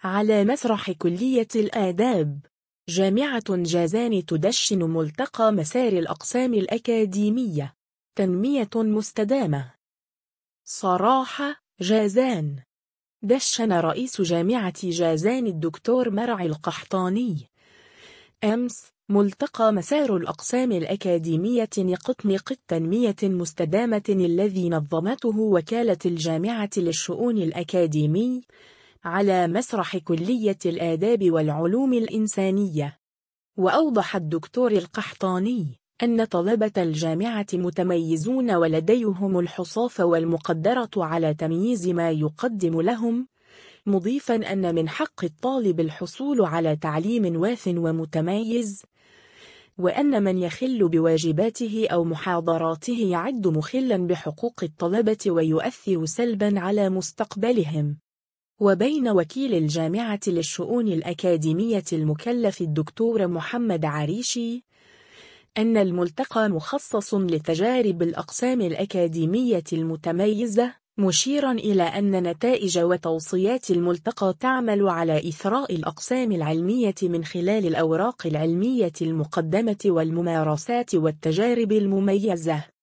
على مسرح كلية الآداب، جامعة جازان تدشن ملتقى مسار الأقسام الأكاديمية، تنمية مستدامة. صراحة جازان. دشن رئيس جامعة جازان الدكتور مرعي القحطاني أمس ملتقى مسار الأقسام الأكاديمية نقطنق التنمية المستدامة الذي نظمته وكالة الجامعة للشؤون الأكاديمي على مسرح كلية الآداب والعلوم الإنسانية. وأوضح الدكتور القحطاني أن طلبة الجامعة متميزون ولديهم الحصاف والمقدرة على تمييز ما يقدم لهم، مضيفا أن من حق الطالب الحصول على تعليم واث ومتميز، وأن من يخل بواجباته أو محاضراته يعد مخلا بحقوق الطلبة ويؤثر سلبا على مستقبلهم. وبين وكيل الجامعة للشؤون الأكاديمية المكلف الدكتور محمد عريشي أن الملتقى مخصص لتجارب الأقسام الأكاديمية المتميزة، مشيرا إلى أن نتائج وتوصيات الملتقى تعمل على إثراء الأقسام العلمية من خلال الأوراق العلمية المقدمة والممارسات والتجارب المميزة.